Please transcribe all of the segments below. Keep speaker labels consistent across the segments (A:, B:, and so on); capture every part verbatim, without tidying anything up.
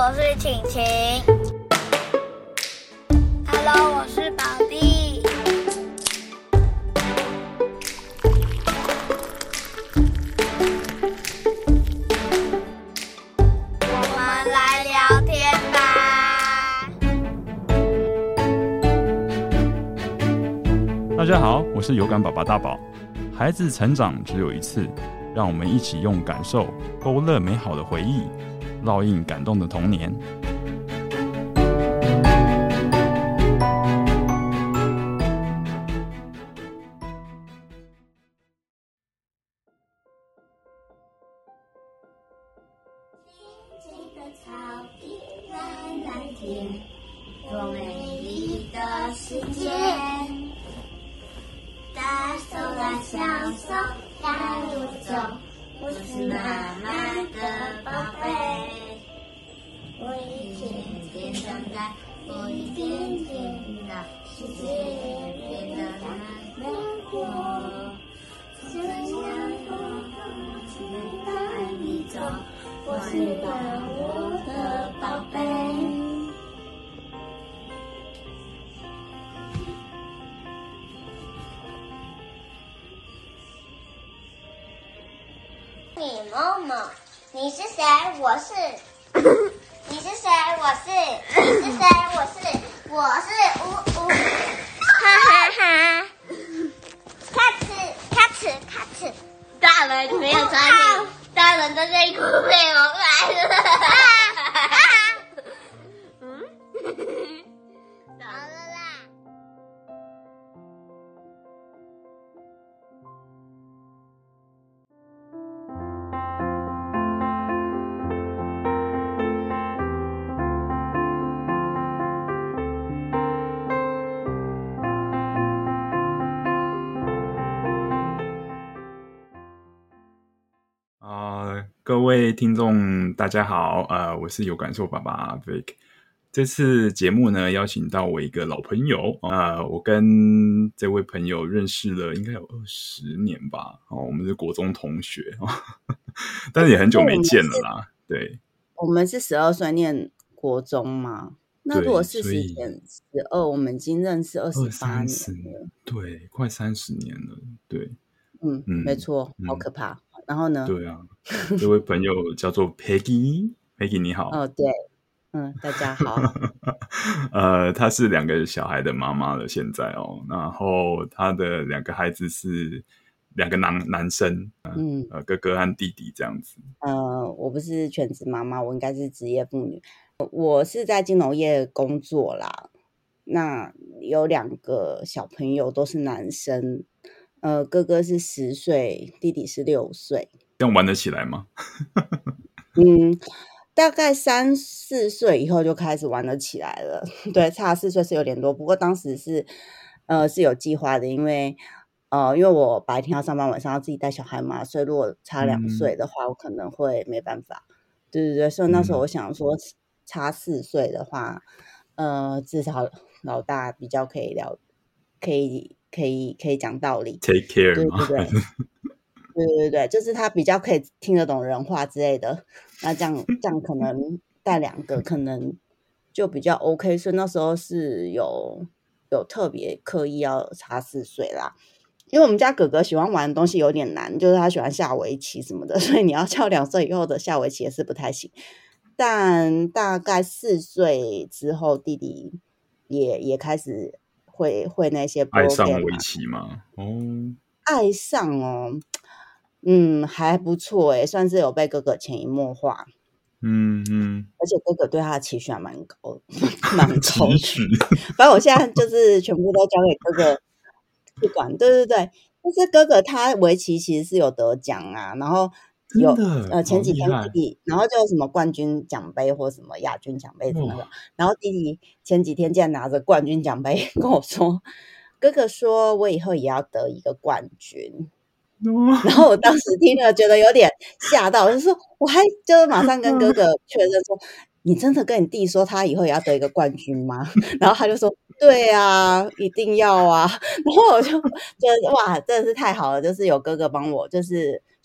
A: 我是晴晴。Hello， 我是宝弟。我们来聊天吧。
B: 大家好，我是有感爸爸大宝。孩子成长只有一次，让我们一起用感受勾勒美好的回忆，烙印感动的童年。
C: 多美丽的世界，大手拉小手，带我走。我是妈妈的宝贝，我一天天长大，我一天天老，世界也变得那么阔。只想我去带你走，我是我的宝贝。你某某，你是谁？我是。你是谁？我是。你是谁？我是。我是呜呜。哈哈哈！咔哧咔哧咔哧。大人没有穿你，大人的内裤被我买了。嗯？好了啦。
B: 各位听众大家好，呃，我是有感受爸爸 Vic。 这次节目呢，邀请到我一个老朋友，呃，我跟这位朋友认识了应该有二十年吧，哦，我们是国中同学，哦、但是也很久没见了啦。对，
D: 我们是十二岁念国中嘛，那如果四十减十二，我们已经认识二十八年了，
B: 对，快三十年了，对，
D: 嗯，嗯没错，好可怕。嗯然后呢？
B: 对啊，这位朋友叫做 Peggy，Peggy 你好。
D: 哦，对，嗯，大家好。
B: 呃，她是两个小孩的妈妈了，现在哦，然后她的两个孩子是两个男男生，嗯，呃，哥哥和弟弟这样子。
D: 呃，我不是全职妈妈，我应该是职业妇女。我是在金融业工作啦，那有两个小朋友都是男生。呃，哥哥是十岁，弟弟是六岁。
B: 这样玩得起来吗？
D: 嗯，大概三四岁以后就开始玩得起来了。对，差四岁是有点多，不过当时是呃是有计划的，因为呃因为我白天要上班，晚上要自己带小孩嘛，所以如果差两岁的话，嗯、我可能会没办法。对对对，所以那时候我想说，差四岁的话，呃，至少老大比较可以聊，可以。可以可以讲道理
B: ，take care，
D: 对对对，对对对，就是他比较可以听得懂人话之类的。那这样这样可能带两个可能就比较 OK， 所以那时候是有有特别刻意要差四岁啦。因为我们家哥哥喜欢玩的东西有点难，就是他喜欢下围棋什么的，所以你要叫两岁以后的下围棋也是不太行。但大概四岁之后，弟弟也也开始。会会那些
B: 爱上围棋吗？哦，
D: 爱上哦，嗯，还不错诶，算是有被哥哥潜移默化。
B: 嗯嗯，
D: 而且哥哥对他的期许还蛮高，蛮高的。反正我现在就是全部都交给哥哥去管。对对对，但是哥哥他围棋其实是有得奖啊，然后有呃前几天弟弟，然后就有什么冠军奖杯或什么亚军奖杯什么的，然后弟弟前几天竟然拿着冠军奖杯跟我说，哥哥说我以后也要得一个冠军。然后我当时听了觉得有点吓到，我就说我还就是马上跟哥哥确认说，你真的跟你弟说他以后也要得一个冠军吗？然后他就说对啊，一定要啊。然后我就觉得哇，真的是太好了，就是有哥哥帮我就是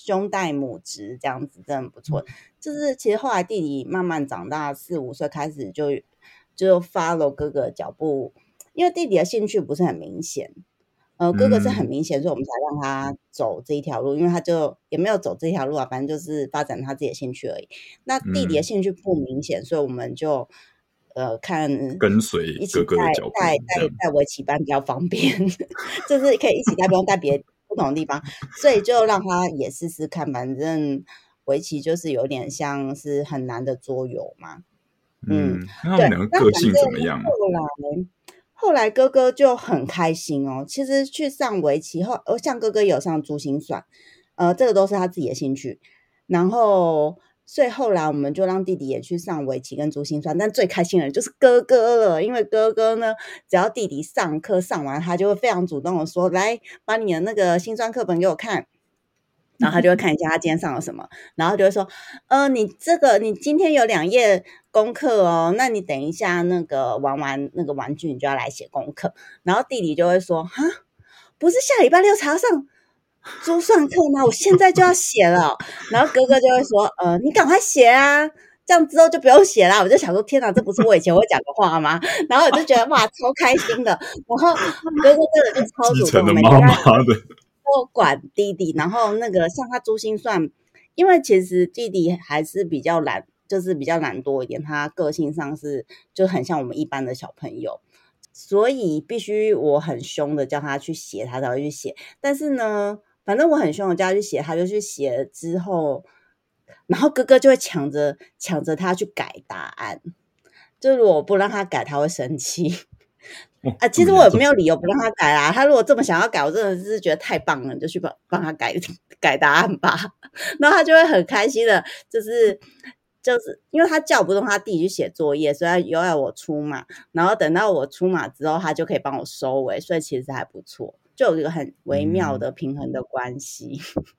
D: 兄带母职这样子，真的不错。就是其实后来弟弟慢慢长大，四五岁开始就就 follow 哥哥的脚步，因为弟弟的兴趣不是很明显。呃，哥哥是很明显，所以我们才让他走这一条路，因为他就也没有走这条路啊，反正就是发展他自己的兴趣而已。那弟弟的兴趣不明显，所以我们就呃看
B: 跟随哥哥的脚步，
D: 带带带围棋班比较方便，就是可以一起带，不用带别不同的地方，所以就让他也试试看，反正围棋就是有点像是很难的桌游嘛。
B: 嗯，那他们两个个性怎么样？
D: 后来。后来哥哥就很开心哦，其实去上围棋后，像哥哥也有上珠心算，呃，这个都是他自己的兴趣。然后，所以后来我们就让弟弟也去上围棋跟珠心算，但最开心的人就是哥哥了，因为哥哥呢，只要弟弟上课上完，他就会非常主动的说：“来，把你的那个心算课本给我看。”然后他就会看一下他今天上了什么，然后就会说，呃，你这个你今天有两页功课哦，那你等一下那个玩完那个玩具，你就要来写功课。然后弟弟就会说，哈，不是下礼拜六才要上珠算课吗？我现在就要写了。然后哥哥就会说，呃，你赶快写啊，这样之后就不用写啦。我就想说，天哪，这不是我以前会讲的话吗？然后我就觉得哇，超开心的。然后哥哥真的就超主动，
B: 继承了妈妈的。
D: 都管弟弟，然后那个像他珠心算，因为其实弟弟还是比较懒，就是比较懒惰一点，他个性上是就很像我们一般的小朋友，所以必须我很凶的叫他去写，他才会去写。但是呢，反正我很凶的叫他去写，他就去写了之后，然后哥哥就会抢着抢着他去改答案，就如果不让他改，他会生气。啊，其实我也没有理由不让他改啦。他如果这么想要改，我真的是觉得太棒了，就去帮帮他改改答案吧。然后他就会很开心的，就是就是因为他叫不动他弟去写作业，所以他又要我出马。然后等到我出马之后，他就可以帮我收尾，所以其实还不错，就有一个很微妙的平衡的关系。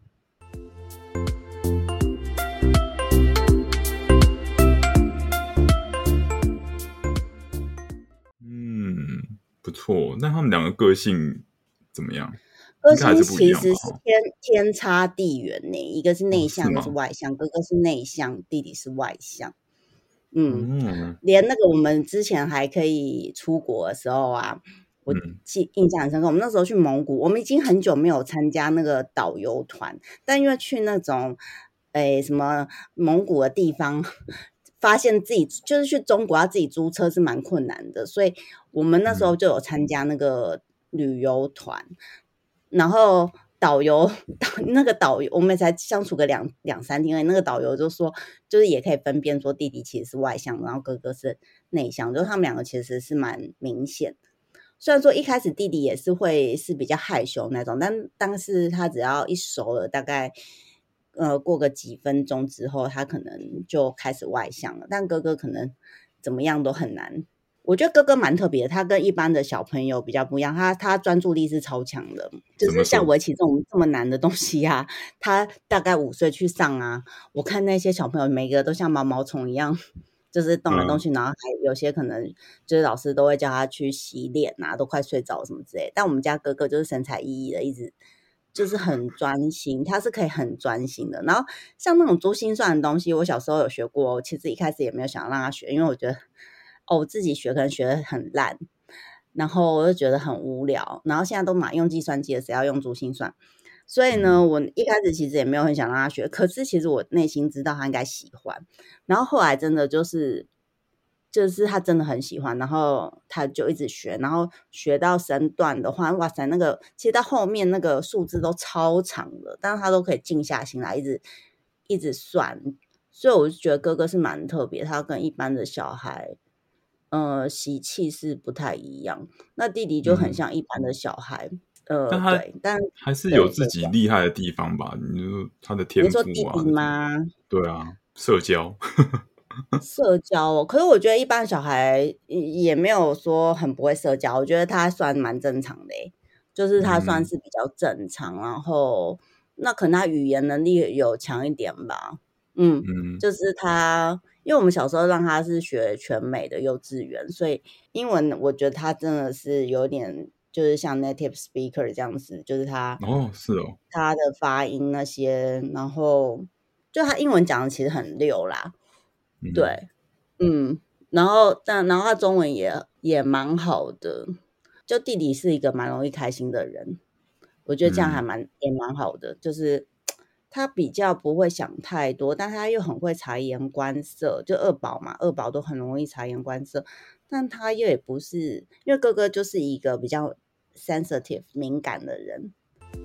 B: 不错，那他们两个个性怎么样？
D: 个性其实是天天差地远呢，一个是内向，一个
B: 是
D: 是外向。哥哥是内向，弟弟是外向。嗯，
B: 嗯
D: 连那个我们之前还可以出国的时候啊，我记印象很深刻。我们那时候去蒙古，我们已经很久没有参加那个导游团，但因为去那种诶什么蒙古的地方。发现自己就是去中国要自己租车是蛮困难的，所以我们那时候就有参加那个旅游团，嗯、然后导游那个导游我们才相处个两两三天，那个导游就说，就是也可以分辨说弟弟其实是外向，然后哥哥是内向，就他们两个其实是蛮明显。虽然说一开始弟弟也是会是比较害羞那种，但但是他只要一熟了，大概。呃，过个几分钟之后，他可能就开始外向了。但哥哥可能怎么样都很难。我觉得哥哥蛮特别的，他跟一般的小朋友比较不一样，他他专注力是超强的，就是像围棋这种这么难的东西啊，他大概五岁去上啊，我看那些小朋友每个都像毛毛虫一样，就是动来动去，嗯、然后还有些可能就是老师都会叫他去洗脸啊，都快睡着什么之类。但我们家哥哥就是神采奕奕的，一直。就是很专心，他是可以很专心的。然后像那种珠心算的东西，我小时候有学过，其实一开始也没有想要让他学，因为我觉得哦，我自己学可能学得很烂，然后我就觉得很无聊。然后现在都马用计算机的，谁要用珠心算？所以呢，我一开始其实也没有很想让他学，可是其实我内心知道他应该喜欢。然后后来真的就是。就是他真的很喜欢，然后他就一直学，然后学到升段的话，哇塞，那个其实到后面那个数字都超长的，但是他都可以静下心来一直一直算，所以我就觉得哥哥是蛮特别，他跟一般的小孩，呃，习气是不太一样。那弟弟就很像一般的小孩，嗯、呃，
B: 但
D: 对，但
B: 还是有自己厉害的地方吧？你说他的天赋啊？
D: 你说弟弟吗？
B: 对啊，社交。
D: 社交哦，可是我觉得一般小孩也没有说很不会社交，我觉得他算蛮正常的，就是他算是比较正常，嗯、然后那可能他语言能力有强一点吧，嗯，嗯就是他，因为我们小时候让他是学全美的幼稚园，所以英文我觉得他真的是有点就是像 native speaker 这样子，就是他
B: 哦是哦，
D: 他的发音那些，然后就他英文讲的其实很溜啦，
B: 嗯、
D: 对，嗯，然后但然后他中文也也蛮好的，就弟弟是一个蛮容易开心的人，我觉得这样还蛮、嗯、也蛮好的，就是他比较不会想太多，但他又很会察言观色，就二宝嘛，二宝都很容易察言观色，但他又也不是，因为哥哥就是一个比较 sensitive 敏感的人。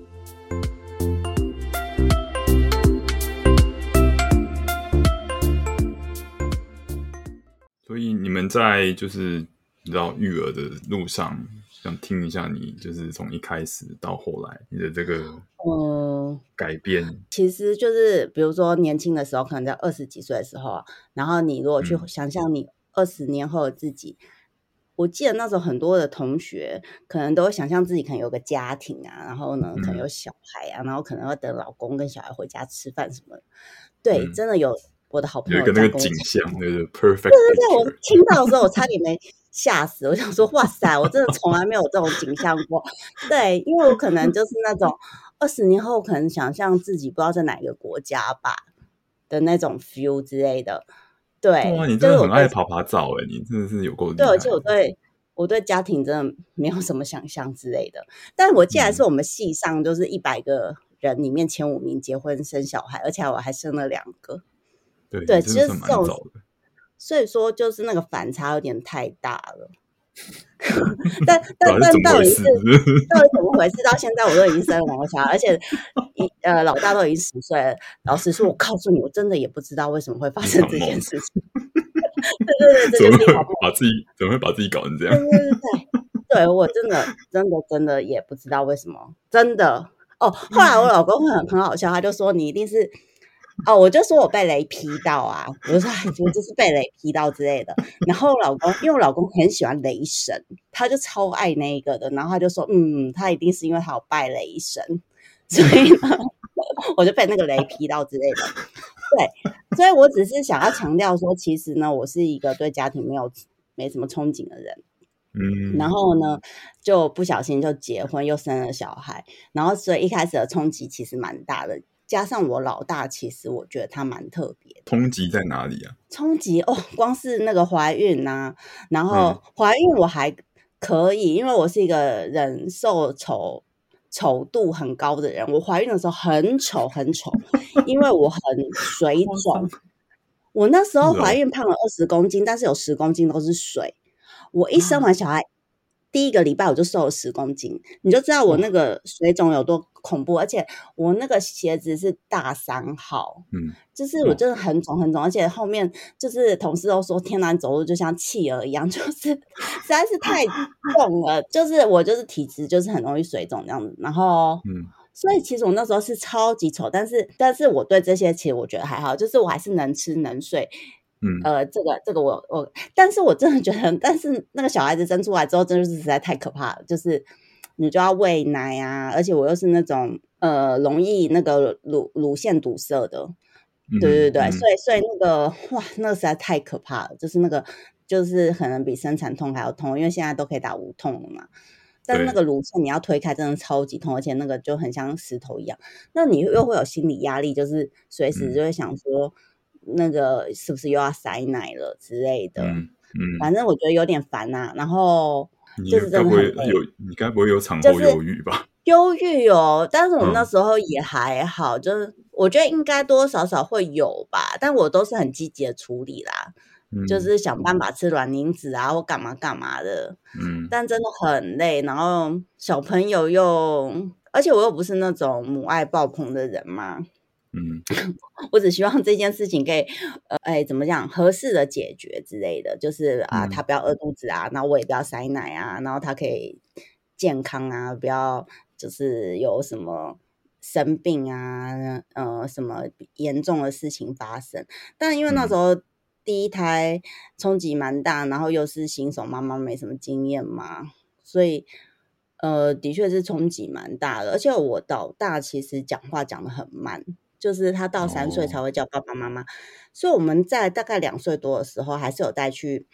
B: 所以你们在就是你知道育儿的路上，想听一下你就是从一开始到后来你的这个嗯改变、嗯，
D: 其实就是比如说年轻的时候，可能在二十几岁的时候啊，然后你如果去想象你二十年后的自己、嗯，我记得那时候很多的同学可能都会想象自己可能有个家庭啊，然后呢可能有小孩啊，嗯、然后可能要等老公跟小孩回家吃饭什么的，对、嗯，真的有。我的好朋友
B: 有一个那个景象，对对 ，perfect。
D: 对对对，我听到的时候，我差点没吓死。我想说，哇塞，我真的从来没有这种景象过。对，因为我可能就是那种二十年后，可能想象自己不知道在哪个国家吧的那种 feel 之类的。对，
B: 哇，你真的很爱爬爬照哎、欸，你真的是有够厉害。
D: 对，而且我对我对家庭真的没有什么想象之类的。但我既然是我们系上就是一百个人里面前五名结婚生小孩，而且我还生了两个。
B: 对，
D: 对，
B: 其实蛮早的，
D: 所以说就是那个反差有点太大了。但但但到底是到底怎么回事？到现在我都已经生了两个小孩，而且一呃老大都已经十岁了。老实说，我告诉你，我真的也不知道为什么会发生这件事情。对对对，这就是
B: 把自己怎么会把自己搞成这样？
D: 对对对对，对我真的真的真的也不知道为什么，真的哦。后来我老公很很好笑，他就说你一定是。哦，我就说我被雷劈到啊，我就说我就是被雷劈到之类的。然后我老公，因为我老公很喜欢雷神，他就超爱那一个的。然后他就说，嗯，他一定是因为他有拜雷神，所以呢，我就被那个雷劈到之类的。对，所以我只是想要强调说，其实呢，我是一个对家庭没有没什么憧憬的人。嗯，然后呢，就不小心就结婚，又生了小孩，然后所以一开始的冲击其实蛮大的。加上我老大，其实我觉得他蛮特别的。
B: 冲击在哪里啊？
D: 冲击哦，光是那个怀孕啊，然后怀孕我还可以，因为我是一个忍受丑丑度很高的人。我怀孕的时候很丑很丑，因为我很水肿。我那时候怀孕胖了二十公斤，但是有十公斤都是水。我一生完小孩。第一个礼拜我就瘦了十公斤，你就知道我那个水肿有多恐怖，而且我那个鞋子是大三号，嗯，就是我真的很肿很肿，而且后面就是同事都说天哪，你走路就像企鹅一样，就是实在是太重了，就是我就是体质就是很容易水肿这样子，然后嗯。所以其实我那时候是超级丑，但是但是我对这些其实我觉得还好，就是我还是能吃能睡。嗯，呃，这个这个我我，但是我真的觉得，但是那个小孩子生出来之后，真的是实在太可怕了。就是你就要喂奶啊，而且我又是那种呃容易那个乳乳腺堵塞的，对对对，嗯、所以所以那个哇，那个实在太可怕了。就是那个就是可能比生产痛还要痛，因为现在都可以打无痛了嘛。但是那个乳腺你要推开，真的超级痛，而且那个就很像石头一样。那你又会有心理压力，就是随时就会想说。嗯那个是不是又要塞奶了之类的？嗯嗯，反正我觉得有点烦啊。然后就是真的很累。
B: 你该不会有你该不会有产后忧郁吧？
D: 忧郁哦，但是我那时候也还好，嗯、就是我觉得应该多多少少会有吧，但我都是很积极的处理啦，嗯、就是想办法吃卵磷脂啊，或干嘛干嘛的。嗯，但真的很累，然后小朋友又，而且我又不是那种母爱爆棚的人嘛。嗯，我只希望这件事情可以，呃，哎，怎么讲，合适的解决之类的，就是啊，他不要饿肚子啊，然后我也不要塞奶啊，然后他可以健康啊，不要就是有什么生病啊，呃，什么严重的事情发生。但因为那时候第一胎冲击蛮大，然后又是新手妈妈，没什么经验嘛，所以。呃，的确是冲击蛮大的，而且我老大其实讲话讲得很慢，就是他到三岁才会叫爸爸妈妈，哦、所以我们在大概两岁多的时候，还是有带去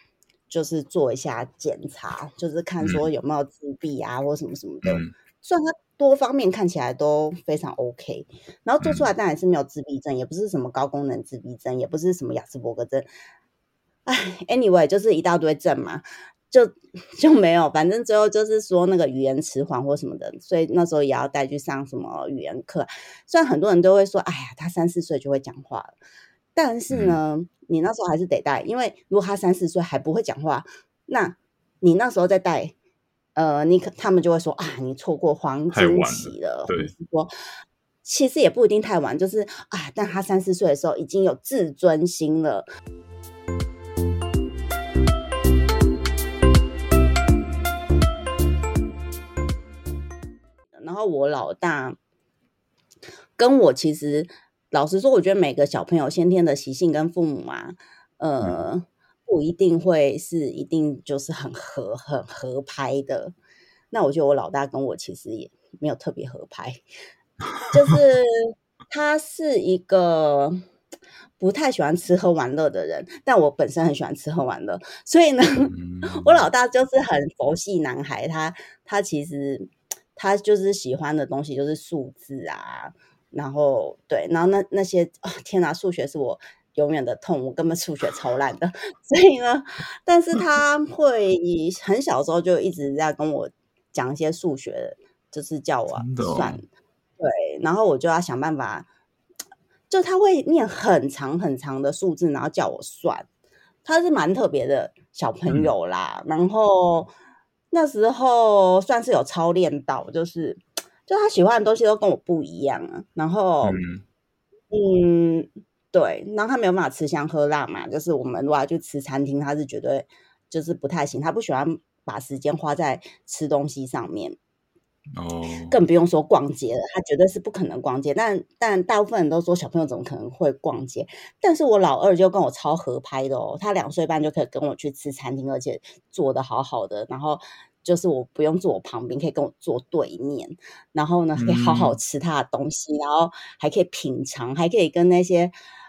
D: 就是做一下检查，就是看说有没有自闭啊、嗯、或什么什么的。
B: 嗯，
D: 虽然他多方面看起来都非常 OK， 然后做出来当然是没有自闭症，嗯、也不是什么高功能自闭症，也不是什么亚斯伯格症。哎 ，anyway 就是一大堆症嘛。就就没有，反正最后就是说那个语言迟缓或什么的，所以那时候也要带去上什么语言课。虽然很多人都会说，哎呀，他三四岁就会讲话了，但是呢，嗯、你那时候还是得带，因为如果他三四岁还不会讲话，那你那时候再带，呃，你他们就会说啊，你错过黄金期了，
B: 了对，
D: 说其实也不一定太晚，就是啊，但他三四岁的时候已经有自尊心了。然后我老大跟我其实老实说，我觉得每个小朋友先天的习性跟父母啊，呃，嗯、不一定会是一定就是很合很合拍的。那我觉得我老大跟我其实也没有特别合拍，就是他是一个不太喜欢吃喝玩乐的人，但我本身很喜欢吃喝玩乐，所以呢，嗯、我老大就是很佛系男孩，他他其实。他就是喜欢的东西就是数字啊，然后对，然后那那些、哦、天哪，数学是我永远的痛，我根本数学超烂的，所以呢，但是他会很小时候就一直在跟我讲一些数学，就是叫我算，哦、对，然后我就要想办法，就他会念很长很长的数字，然后叫我算，他是蛮特别的小朋友啦，嗯、然后。那时候算是有操练到，就是就他喜欢的东西都跟我不一样啊。然后，嗯, 嗯，对，然后他没有办法吃香喝辣嘛，就是我们如果要去吃餐厅，他是绝对就是不太行，他不喜欢把时间花在吃东西上面。哦，更不用说逛街了，他绝对是不可能逛街。但但大部分人都说小朋友怎么可能会逛街？但是我老二就跟我超合拍的哦，他两岁半就可以跟我去吃餐厅，而且做得好好的，然后就是我不用坐我旁边，可以跟我坐对面，然后呢可以好好吃他的东西，嗯、然后还可以品尝，还可以跟那些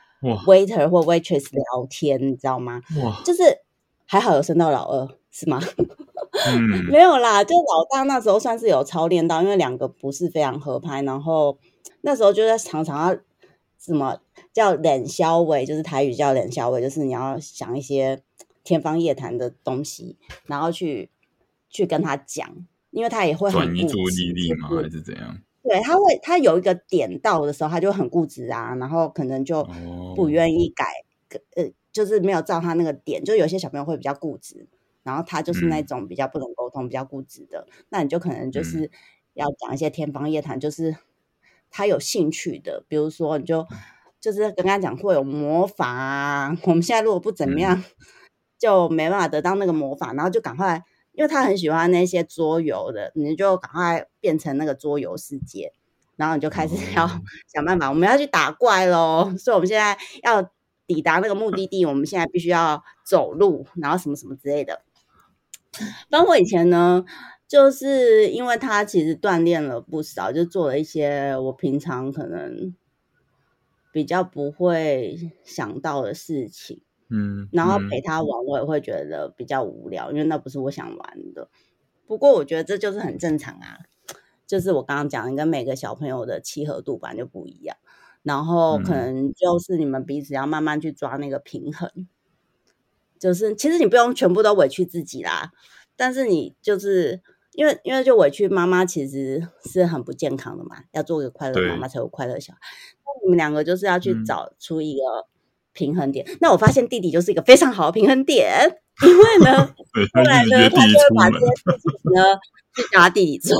D: waiter 或 waitress 聊天，你知道吗？哇，就是还好有生到老二，是吗？嗯，没有啦，就老大那时候算是有操练到，因为两个不是非常合拍，然后那时候就在常常要什么叫冷消尾，就是台语叫冷消尾，就是你要想一些天方夜谭的东西，然后去去跟他讲，因为他也会很
B: 转移注意力吗？还是怎样？
D: 对，他会他有一个点到的时候，他就很固执啊，然后可能就不愿意改，哦、呃，就是没有照他那个点，就有些小朋友会比较固执。然后他就是那种比较不能沟通、嗯、比较固执的，那你就可能就是要讲一些天方夜谭，嗯、就是他有兴趣的，比如说你就就是跟他讲会有魔法啊，我们现在如果不怎么样，嗯、就没办法得到那个魔法，然后就赶快，因为他很喜欢那些桌游的，你就赶快变成那个桌游世界，然后你就开始要想办法，我们要去打怪咯，所以我们现在要抵达那个目的地，我们现在必须要走路，然后什么什么之类的。包括以前呢，就是因为他其实锻炼了不少，就做了一些我平常可能比较不会想到的事情，嗯，然后陪他玩，我也会觉得比较无聊，因为那不是我想玩的。不过我觉得这就是很正常啊，就是我刚刚讲的，跟每个小朋友的契合度本来就不一样，然后可能就是你们彼此要慢慢去抓那个平衡。就是其实你不用全部都委屈自己啦，但是你就是因为因为就委屈妈妈其实是很不健康的嘛，要做个快乐妈妈才有快乐小孩。那你们两个就是要去找出一个平衡点。嗯、那我发现弟弟就是一个非常好的平衡点，因为呢，后来呢，他就会把这些事情呢去叫他弟弟做。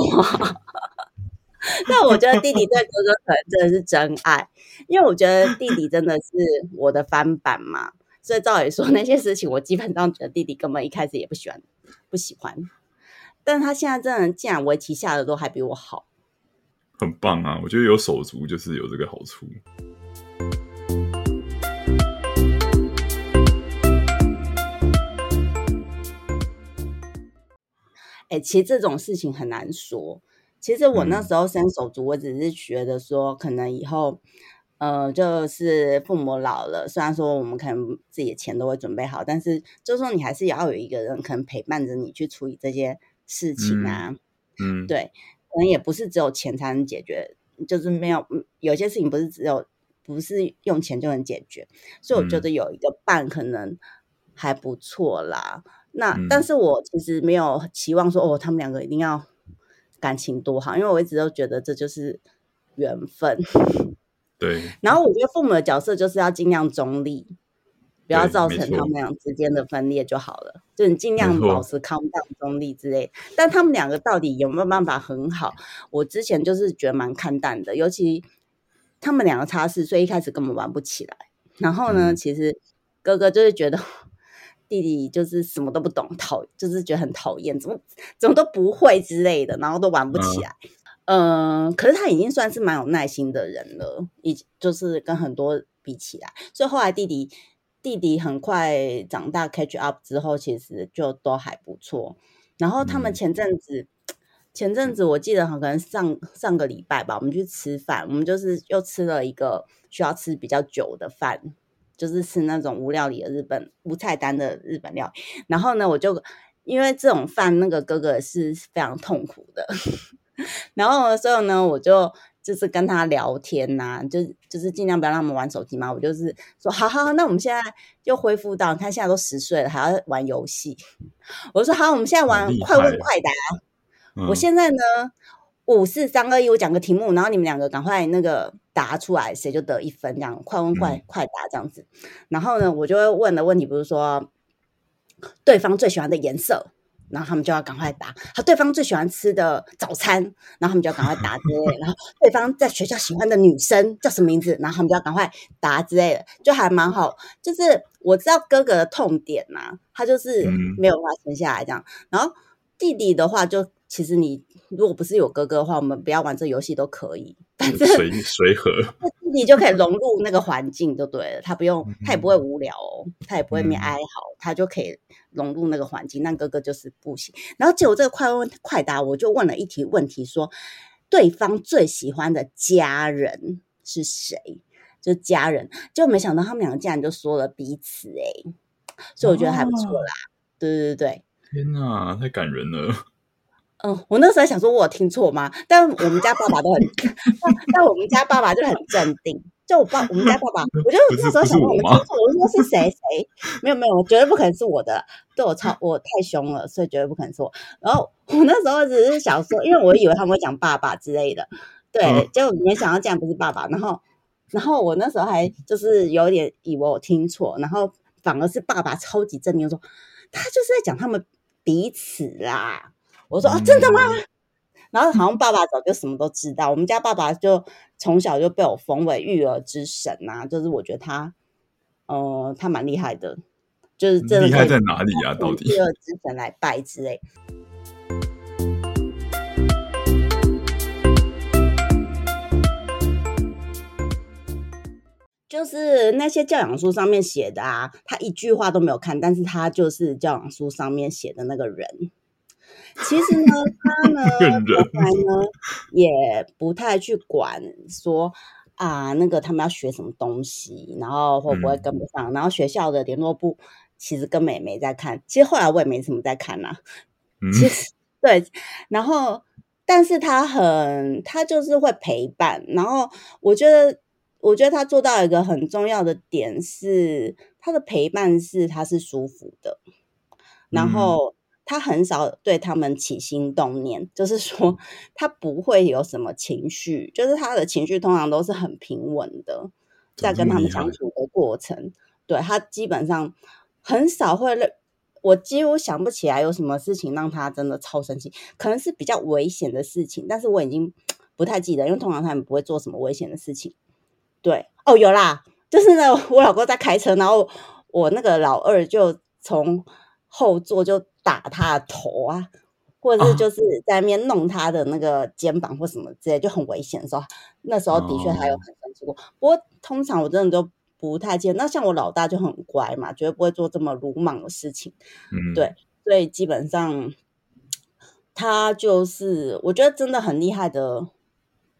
D: 那我觉得弟弟对哥哥可能真的是真爱，因为我觉得弟弟真的是我的翻版嘛。所以照理说那些事情我基本上觉得弟弟根本一开始也不喜欢不喜欢，但他现在真的竟然围棋下的都还比我好，
B: 很棒啊！我觉得有手足就是有这个好处。
D: 欸、其实这种事情很难说，其实我那时候生手足，我只是觉得说可能以后呃，就是父母老了，虽然说我们可能自己的钱都会准备好，但是就是说你还是要有一个人可能陪伴着你去处理这些事情啊。
B: 嗯，嗯
D: 对，可能也不是只有钱才能解决，就是没有有些事情不是只有不是用钱就能解决，所以我觉得有一个伴可能还不错啦。那、
B: 嗯、
D: 但是我其实没有期望说哦，他们两个一定要感情多好，因为我一直都觉得这就是缘分。
B: 对，
D: 然后我觉得父母的角色就是要尽量中立，不要造成他们俩之间的分裂就好了。就你尽量保持 calm down 中立之类。但他们两个到底有没有办法很好？我之前就是觉得蛮看淡的，尤其他们两个差四岁，一开始根本玩不起来。然后呢，嗯、其实哥哥就是觉得弟弟就是什么都不懂，讨就是觉得很讨厌，怎么怎么都不会之类的，然后都玩不起来。嗯嗯，可是他已经算是蛮有耐心的人了，已就是跟很多比起来，所以后来弟弟弟弟很快长大 catch up 之后，其实就都还不错。然后他们前阵子、嗯、前阵子我记得可能上上个礼拜吧，我们去吃饭，我们就是又吃了一个需要吃比较久的饭，就是吃那种无料理的日本无菜单的日本料理。然后呢，我就因为这种饭，那个哥哥是非常痛苦的。然后所以呢，我就就是跟他聊天呐、啊，就就是尽量不要让他们玩手机嘛。我就是说，好好，那我们现在就恢复到，你看现在都十岁了，还要玩游戏。我说好，我们现在玩快问快答。嗯、我现在呢，五四三二一，我讲个题目，然后你们两个赶快那个答出来，谁就得一分，这样快问快、嗯、快答这样子。然后呢，我就会问的问题，比如说对方最喜欢的颜色。然后他们就要赶快答，他对方最喜欢吃的早餐，然后他们就要赶快答之类的。然后对方在学校喜欢的女生叫什么名字，然后他们就要赶快答之类的，就还蛮好。就是我知道哥哥的痛点呐、啊，他就是没有办法沉下来这样。然后弟弟的话就，就其实你如果不是有哥哥的话，我们不要玩这游戏都可以，反正
B: 随随和，
D: 弟弟就可以融入那个环境就对了，他不用，他也不会无聊哦，他也不会面哀嚎，他就可以融入那个环境。但哥哥就是不行。然后结果这个快问快答，我就问了一题问题说，对方最喜欢的家人是谁？就家人，就没想到他们两个竟然就说了彼此哎、欸，所以我觉得还不错啦。哦、对对对，
B: 天哪，太感人了。
D: 嗯，我那时候想说，我有听错吗？但我们家爸爸都很，但, 但我们家爸爸就很镇定。就我爸，我们家爸爸，我就那时候想说我们听错，我就说是谁谁？没有没有，我绝对不可能是我的，对我超我太凶了，所以绝对不可能是我。然后我那时候只是想说，因为我以为他们会讲爸爸之类的，对，结果没想到竟然不是爸爸。然后，然后我那时候还就是有点以为我听错，然后反而是爸爸超级镇定，说他就是在讲他们彼此啦。我说哦，真的吗？嗯、然后好像爸爸早就什么都知道。我们家爸爸就从小就被我封为育儿之神啊，就是我觉得他，呃，他蛮厉害的，就是真的
B: 厉害在哪里啊？到底
D: 育儿之神来拜之类。就是那些教养书上面写的啊，他一句话都没有看，但是他就是教养书上面写的那个人。其实呢，他呢，从来呢也不太去管说啊，那个他们要学什么东西，然后会不会跟不上。嗯、然後學校的聯絡簿其實根本也沒在看，其實後來我也沒什麼在看啦、啊。嗯、其實對，然後但是他很，他就是會陪伴。然後我覺得，我覺得他做到一個很重要的點是，他的陪伴是他是舒服的，然後。嗯他很少對他們起心動念，就是說他不會有什麼情緒，就是他的情緒通常都是很平穩的，在跟他們相處的過程，對，他基本上很少會，我幾乎想不起來有什麼事情讓他真的超生氣，可能是比較危險的事情，但是我已經不太記得，因為通常他們不會做什麼危險的事情。對，哦，有啦，就是呢，我老公在開車，然後我那個老二就從後座就打他的頭啊，或者是就是在那邊弄他的那個肩膀或什麼之類，就很危險的時候，那時候的確還有很生氣過。哦、不過通常我真的都不太見。那像我老大就很乖嘛，絕對不會做這麼魯莽的事情。嗯，對，所以基本上他就是我覺得真的很厲害的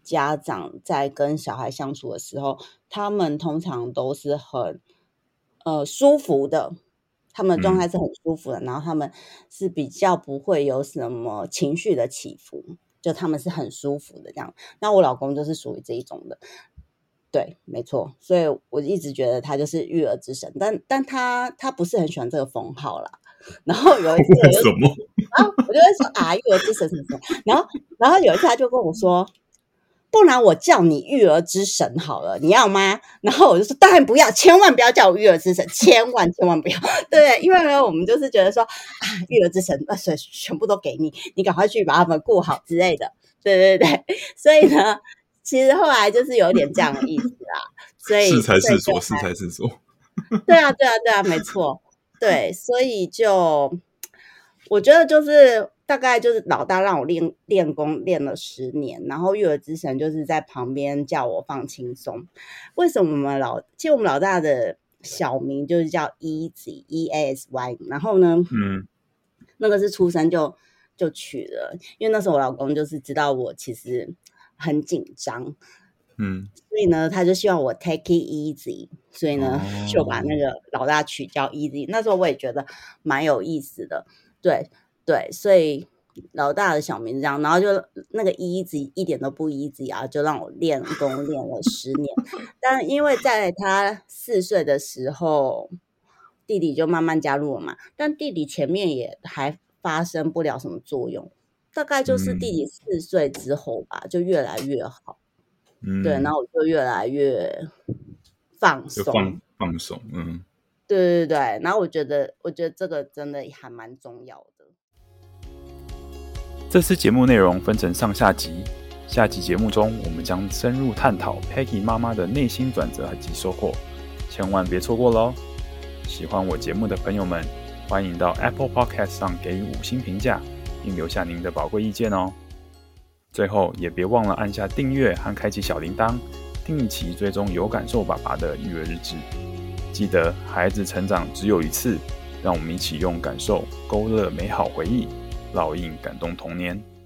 D: 家长在跟小孩相处的时候，他们通常都是很呃舒服的，他们的状态是很舒服的，嗯、然后他们是比较不会有什么情绪的起伏，就他们是很舒服的这样。那我老公就是属于这一种的。对，没错，所以我一直觉得他就是育儿之神，但但他他不是很喜欢这个封号啦。然后有一次我就，
B: 什么？
D: 然后我就会说啊，育儿之神什么什么。然后然后有一次他就跟我说，不然我叫你育儿之神好了，你要吗？然后我就说当然不要，千万不要叫我育儿之神，千万千万不要。对，因为呢，我们就是觉得说啊，育儿之神，那所以全部都给你，你赶快去把他们顾好之类的。对对对，所以呢。其实后来就是有点这样的意思啦，所以
B: 是才是所，是才是所。
D: 对啊，对啊，对啊，没错，对，所以就我觉得就是大概就是老大让我练练功练了十年，然后育儿之神就是在旁边叫我放轻松。为什么我们老其实我们老大的小名就是叫 Easy E A S Y， 然后呢，嗯，那个是出生就就取了，因为那时候我老公就是知道我其实。很紧张，嗯，所以呢，他就希望我 take it easy， 所以呢，哦、就把那个老大取叫 easy。那时候我也觉得蛮有意思的，对对，所以老大的小名这样，然后就那个 easy 一点都不 easy 啊，就让我练功练了十年。但因为在他四岁的时候，弟弟就慢慢加入了嘛，但弟弟前面也还发生不了什么作用。大概就是弟弟四岁之后吧，嗯、就越来越好，嗯，对，然后我就越来越放松，
B: 放放松，嗯，
D: 对对对，然后我觉得，我觉得这个真的还蛮重要的。
B: 这次节目内容分成上下集，下集节目中我们将深入探讨 Peggy 妈妈的内心转折及收获，千万别错过咯。喜欢我节目的朋友们，欢迎到 Apple Podcast 上给予五星评价。并留下您的宝贵意见哦。最后也别忘了按下订阅和开启小铃铛，定期追踪有感受爸爸的育儿日志。记得孩子成长只有一次，让我们一起用感受勾勒美好回忆，烙印感动童年。